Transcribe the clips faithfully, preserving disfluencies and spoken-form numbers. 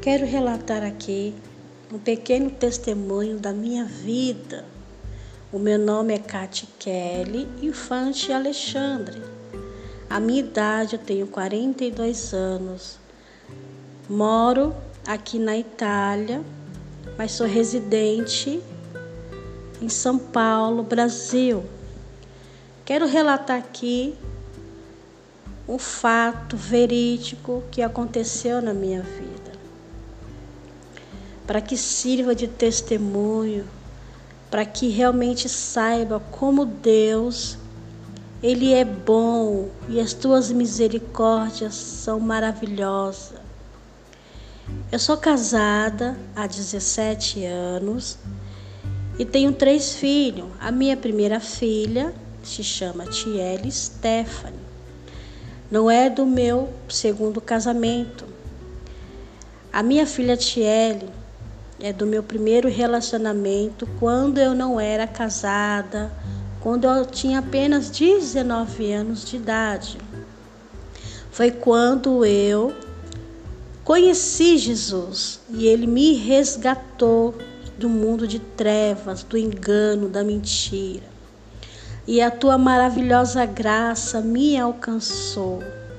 Quero relatar aqui um pequeno testemunho da minha vida. O meu nome é Cátia Kelly Infante Alexandre. A minha idade, eu tenho quarenta e dois anos. Moro aqui na Itália, mas sou residente em São Paulo, Brasil. Quero relatar aqui um fato verídico que aconteceu na minha vida, para que sirva de testemunho, para que realmente saiba como Deus, Ele é bom e as tuas misericórdias são maravilhosas. Eu sou casada há dezessete anos e tenho três filhos. A minha primeira filha se chama Tiele Stephanie. Não é do meu segundo casamento. A minha filha Tiele é do meu primeiro relacionamento, quando eu não era casada, quando eu tinha apenas dezenove anos de idade. Foi quando eu conheci Jesus e Ele me resgatou do mundo de trevas, do engano, da mentira. E a tua maravilhosa graça me alcançou.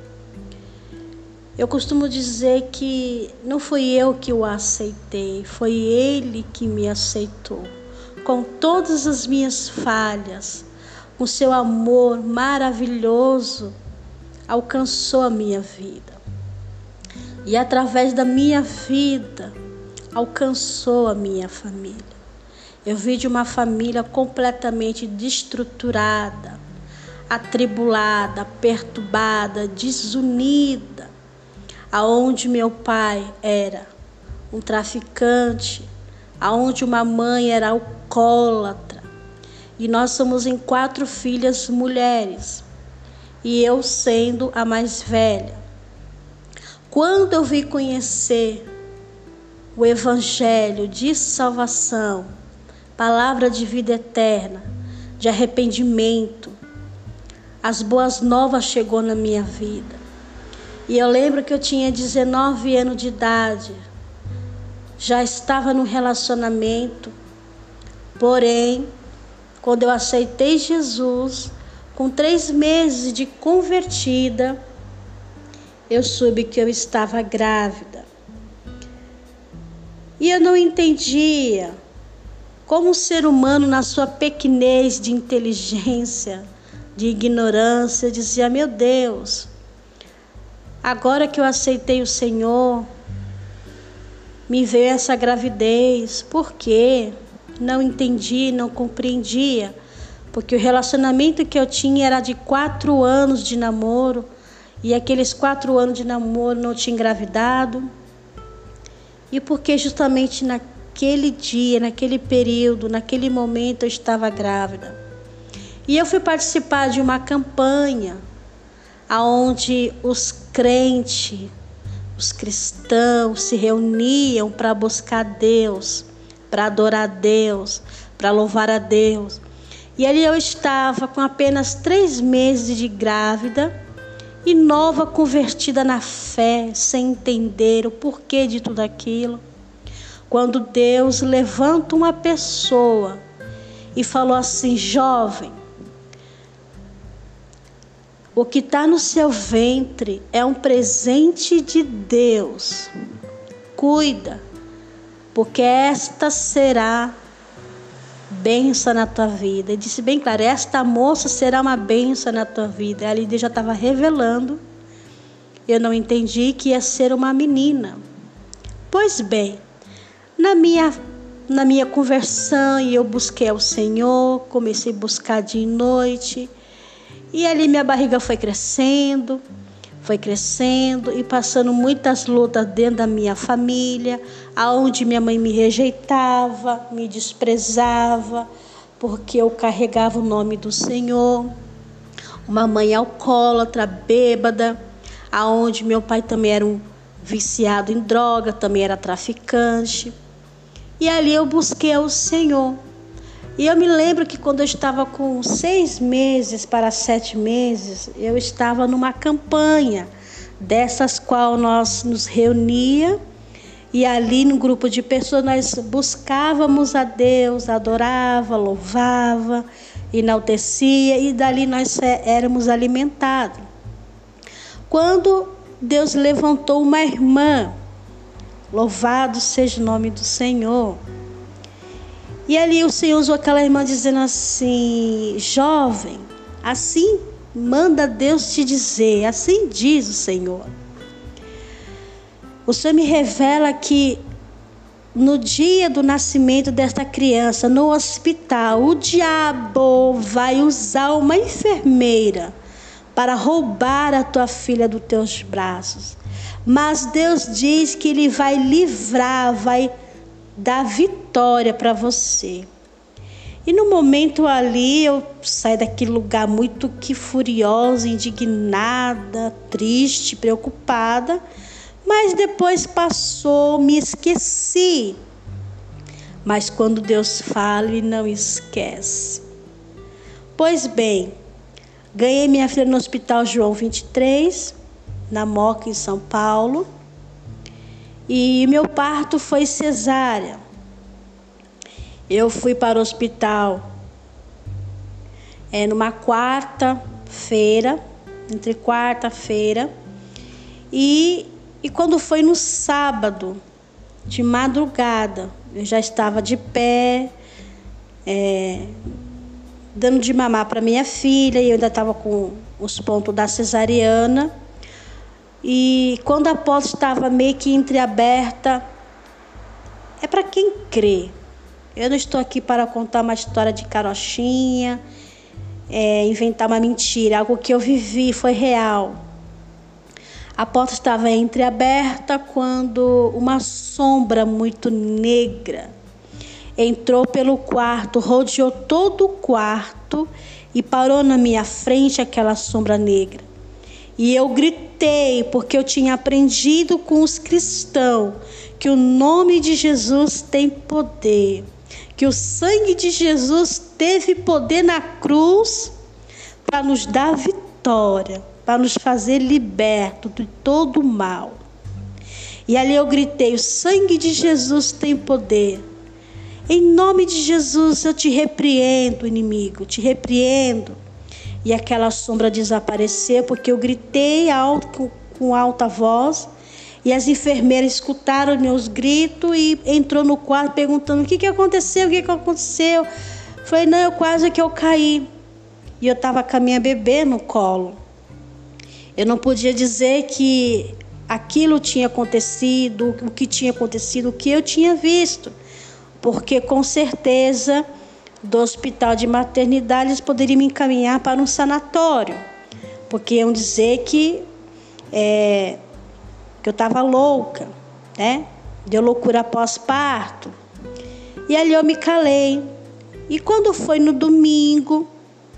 Eu costumo dizer que não fui eu que o aceitei, foi Ele que me aceitou. Com todas as minhas falhas, o seu amor maravilhoso alcançou a minha vida. E através da minha vida, alcançou a minha família. Eu vi de uma família completamente destruturada, atribulada, perturbada, desunida, aonde meu pai era um traficante, aonde uma mãe era alcoólatra, e nós somos em quatro filhas mulheres, e eu sendo a mais velha. Quando eu vim conhecer o Evangelho de salvação, palavra de vida eterna, de arrependimento, as boas novas chegou na minha vida. E eu lembro que eu tinha dezenove anos de idade, já estava no relacionamento, porém, quando eu aceitei Jesus, com três meses de convertida, eu soube que eu estava grávida. E eu não entendia como o ser humano, na sua pequenez de inteligência, de ignorância, dizia: meu Deus, agora que eu aceitei o Senhor, me veio essa gravidez. Por quê? Não entendi, não compreendia. Porque o relacionamento que eu tinha era de quatro anos de namoro. E aqueles quatro anos de namoro não tinha engravidado. E porque justamente naquele dia, naquele período, naquele momento eu estava grávida. E eu fui participar de uma campanha onde os crentes, os cristãos se reuniam para buscar Deus, para adorar a Deus, para louvar a Deus. E ali eu estava com apenas três meses de grávida e nova, convertida na fé, sem entender o porquê de tudo aquilo. Quando Deus levanta uma pessoa e falou assim: jovem, o que está no seu ventre é um presente de Deus. Cuida, porque esta será bênção na tua vida. Ele disse bem claro: esta moça será uma bênção na tua vida. Ali Deus já estava revelando. Eu não entendi que ia ser uma menina. Pois bem, na minha, na minha conversão, eu busquei ao Senhor, comecei a buscar dia e noite. E ali minha barriga foi crescendo, foi crescendo e passando muitas lutas dentro da minha família, aonde minha mãe me rejeitava, me desprezava, porque eu carregava o nome do Senhor. Uma mãe alcoólatra, bêbada, aonde meu pai também era um viciado em droga, também era traficante. E ali eu busquei ao Senhor. E eu me lembro que quando eu estava com seis meses para sete meses, eu estava numa campanha, dessas qual nós nos reunia E ali no grupo de pessoas nós buscávamos a Deus, adorava, louvava, enaltecia, e dali nós éramos alimentados. Quando Deus levantou uma irmã, louvado seja o nome do Senhor. E ali o Senhor usou aquela irmã dizendo assim: jovem, assim manda Deus te dizer, assim diz o Senhor. O Senhor me revela que no dia do nascimento desta criança, no hospital, o diabo vai usar uma enfermeira para roubar a tua filha dos teus braços. Mas Deus diz que Ele vai livrar, vai dar vitória para você. E no momento ali, eu saí daquele lugar muito que furiosa, indignada, triste, preocupada. Mas depois passou, me esqueci. Mas quando Deus fala, Ele não esquece. Pois bem, ganhei minha filha no Hospital João vinte e três, na Moca, em São Paulo. E meu parto foi cesárea. Eu fui para o hospital é, numa quarta-feira, entre quarta-feira, e, e quando foi no sábado, de madrugada, eu já estava de pé, é, dando de mamar para minha filha, e eu ainda estava com os pontos da cesariana. E quando a porta estava meio que entreaberta, é para quem crê. Eu não estou aqui para contar uma história de carochinha, é, inventar uma mentira. Algo que eu vivi foi real. A porta estava entreaberta quando uma sombra muito negra entrou pelo quarto, rodeou todo o quarto e parou na minha frente aquela sombra negra. E eu gritei, porque eu tinha aprendido com os cristãos que o nome de Jesus tem poder, que o sangue de Jesus teve poder na cruz para nos dar vitória, para nos fazer libertos de todo o mal. E ali eu gritei: o sangue de Jesus tem poder. Em nome de Jesus eu te repreendo, inimigo, te repreendo. E aquela sombra desapareceu, porque eu gritei alto, com alta voz, e as enfermeiras escutaram meus gritos e entrou no quarto perguntando: o que, que aconteceu, o que, que aconteceu? Falei: não, eu quase que eu caí. E eu estava com a minha bebê no colo. Eu não podia dizer que aquilo tinha acontecido, o que tinha acontecido, o que eu tinha visto, porque com certeza do hospital de maternidade eles poderiam me encaminhar para um sanatório, porque iam dizer que, é, que eu estava louca, né? Deu loucura pós-parto. E ali eu me calei. E quando foi no domingo,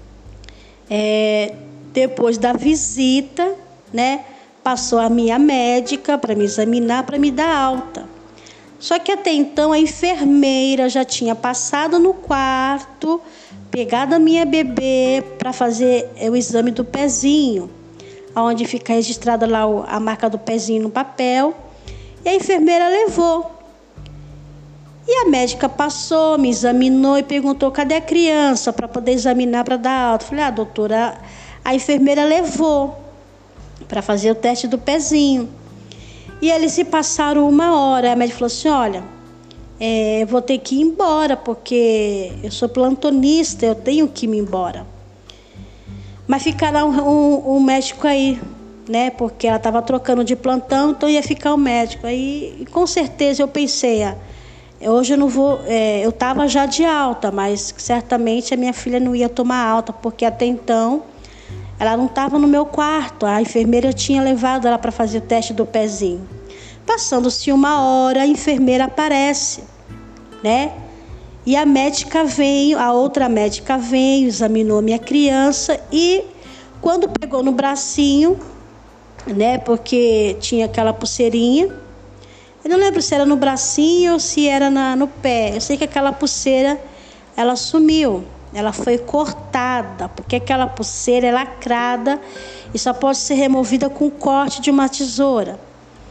é, depois da visita, né, passou a minha médica para me examinar, para me dar alta. Só que até então a enfermeira já tinha passado no quarto, pegado a minha bebê para fazer o exame do pezinho, onde fica registrada lá a marca do pezinho no papel. E a enfermeira levou. E a médica passou, me examinou e perguntou: cadê a criança para poder examinar, para dar alta? Falei: ah, doutora, a enfermeira levou para fazer o teste do pezinho. E eles se passaram uma hora. A médica falou assim: olha, é, eu vou ter que ir embora, porque eu sou plantonista, eu tenho que ir embora. Mas ficará um, um, um médico aí, né? Porque ela estava trocando de plantão, então ia ficar um médico. Aí, e com certeza eu pensei, ah, hoje eu não vou, é, eu estava já de alta, mas certamente a minha filha não ia tomar alta, porque até então ela não estava no meu quarto. A enfermeira tinha levado ela para fazer o teste do pezinho. Passando-se uma hora, a enfermeira aparece, né? E a médica veio, a outra médica veio, examinou a minha criança e quando pegou no bracinho, né? Porque tinha aquela pulseirinha. Eu não lembro se era no bracinho ou se era na, no pé. Eu sei que aquela pulseira, ela sumiu. Ela foi cortada, porque aquela pulseira é lacrada e só pode ser removida com o corte de uma tesoura.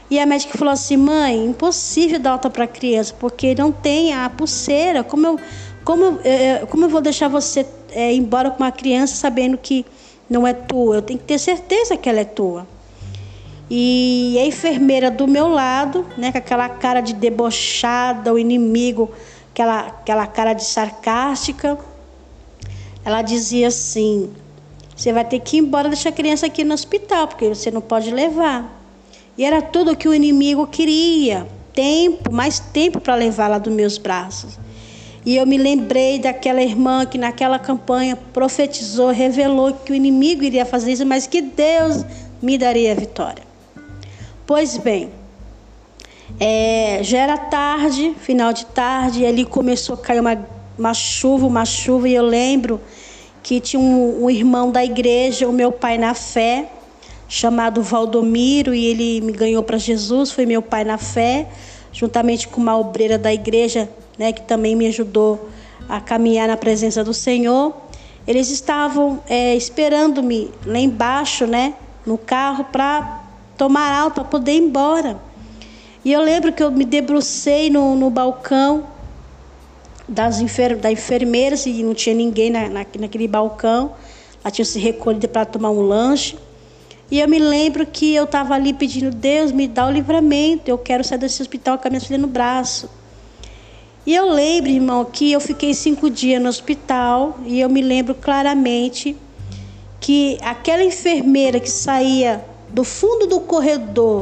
E a médica falou assim: mãe, impossível dar alta para a criança, porque não tem a pulseira. Como eu, como eu, como eu vou deixar você é, ir embora com uma criança sabendo que não é tua? Eu tenho que ter certeza que ela é tua. E a enfermeira do meu lado, né, com aquela cara de debochada, o inimigo, aquela, aquela cara de sarcástica, ela dizia assim: você vai ter que ir embora, deixar a criança aqui no hospital, porque você não pode levar. E era tudo o que o inimigo queria, tempo, mais tempo para levá-la dos meus braços. E eu me lembrei daquela irmã que naquela campanha profetizou, revelou que o inimigo iria fazer isso, mas que Deus me daria a vitória. Pois bem, é, já era tarde, final de tarde, e ali começou a cair uma, uma chuva, uma chuva, e eu lembro que tinha um, um irmão da igreja, o meu pai na fé, chamado Valdomiro, e ele me ganhou para Jesus, foi meu pai na fé, juntamente com uma obreira da igreja, né, que também me ajudou a caminhar na presença do Senhor. Eles estavam é, esperando-me lá embaixo, né, no carro, para tomar alta, para poder ir embora. E eu lembro que eu me debrucei no, no balcão das enfer, da enfermeiras, e não tinha ninguém na, na, naquele balcão. Ela tinha se recolhido para tomar um lanche. E eu me lembro que eu estava ali pedindo: Deus, me dá o livramento, eu quero sair desse hospital com a minha filha no braço. E eu lembro, irmão, que eu fiquei cinco dias no hospital, e eu me lembro claramente que aquela enfermeira que saía do fundo do corredor,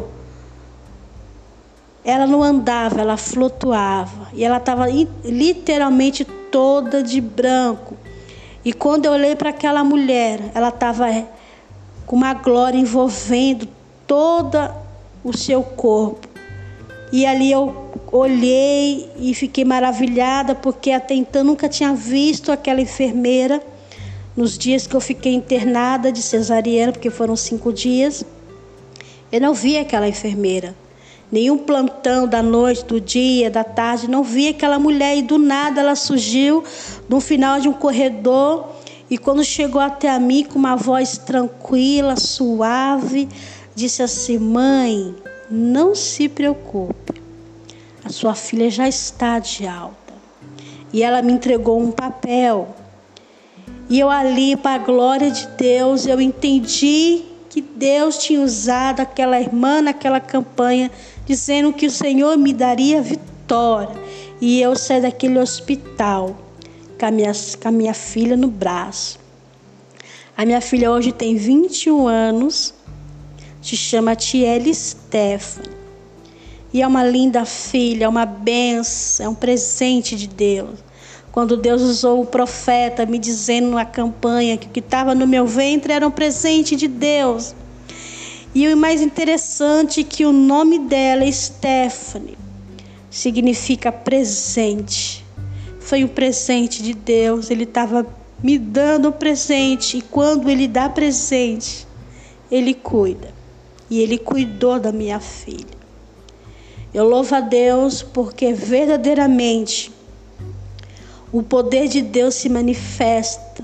ela não andava, ela flutuava, e ela estava literalmente toda de branco. E quando eu olhei para aquela mulher, ela estava com uma glória envolvendo todo o seu corpo. E ali eu olhei e fiquei maravilhada, porque até então nunca tinha visto aquela enfermeira. Nos dias que eu fiquei internada de cesariana, porque foram cinco dias, eu não vi aquela enfermeira. Nenhum plantão da noite, do dia, da tarde, não vi aquela mulher. E do nada ela surgiu no final de um corredor. E quando chegou até a mim, com uma voz tranquila, suave, disse assim: mãe, não se preocupe, a sua filha já está de alta. E ela me entregou um papel. E eu ali, para a glória de Deus, eu entendi que Deus tinha usado aquela irmã naquela campanha, dizendo que o Senhor me daria vitória. E eu saí daquele hospital com a minha, com a minha filha no braço. A minha filha hoje tem vinte e um anos, se chama Tiele Stephanie. E é uma linda filha, é uma bênção, é um presente de Deus. Quando Deus usou o profeta me dizendo na campanha que o que estava no meu ventre era um presente de Deus. E o mais interessante é que o nome dela, Stephanie, significa presente. Foi um presente de Deus. Ele estava me dando um presente. E quando Ele dá presente, Ele cuida. E Ele cuidou da minha filha. Eu louvo a Deus porque verdadeiramente o poder de Deus se manifesta.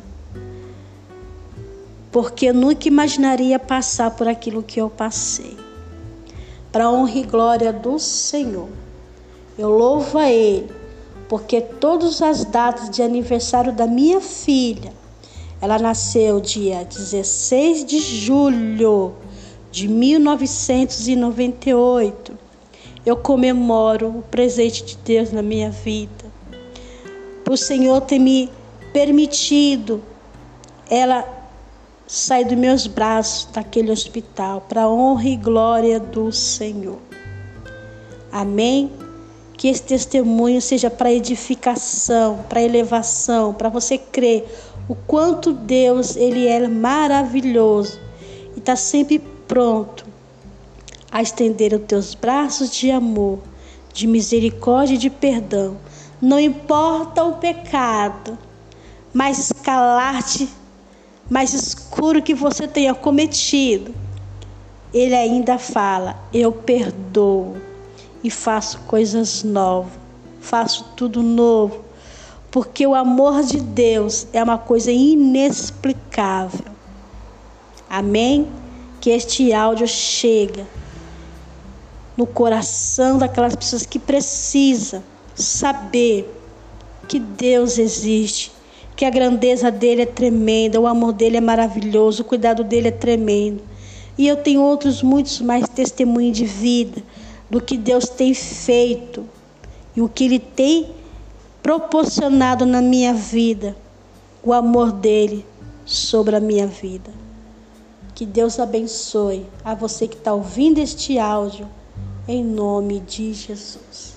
Porque eu nunca imaginaria passar por aquilo que eu passei. Para a honra e glória do Senhor, eu louvo a Ele, porque todas as datas de aniversário da minha filha, ela nasceu dia dezesseis de julho de mil novecentos e noventa e oito. Eu comemoro o presente de Deus na minha vida, por o Senhor ter me permitido ela sair dos meus braços daquele hospital, para a honra e glória do Senhor. Amém? Que esse testemunho seja para edificação, para elevação, para você crer o quanto Deus, Ele é maravilhoso e está sempre pronto a estender os teus braços de amor, de misericórdia e de perdão. Não importa o pecado mais escalarte, mais escuro que você tenha cometido, Ele ainda fala: eu perdoo e faço coisas novas, faço tudo novo, porque o amor de Deus é uma coisa inexplicável. Amém? Que este áudio chega no coração daquelas pessoas que precisam saber que Deus existe, que a grandeza dele é tremenda, o amor dele é maravilhoso, o cuidado dele é tremendo. E eu tenho outros muitos mais testemunhos de vida do que Deus tem feito e o que ele tem proporcionado na minha vida, o amor dele sobre a minha vida. Que Deus abençoe a você que está ouvindo este áudio, em nome de Jesus.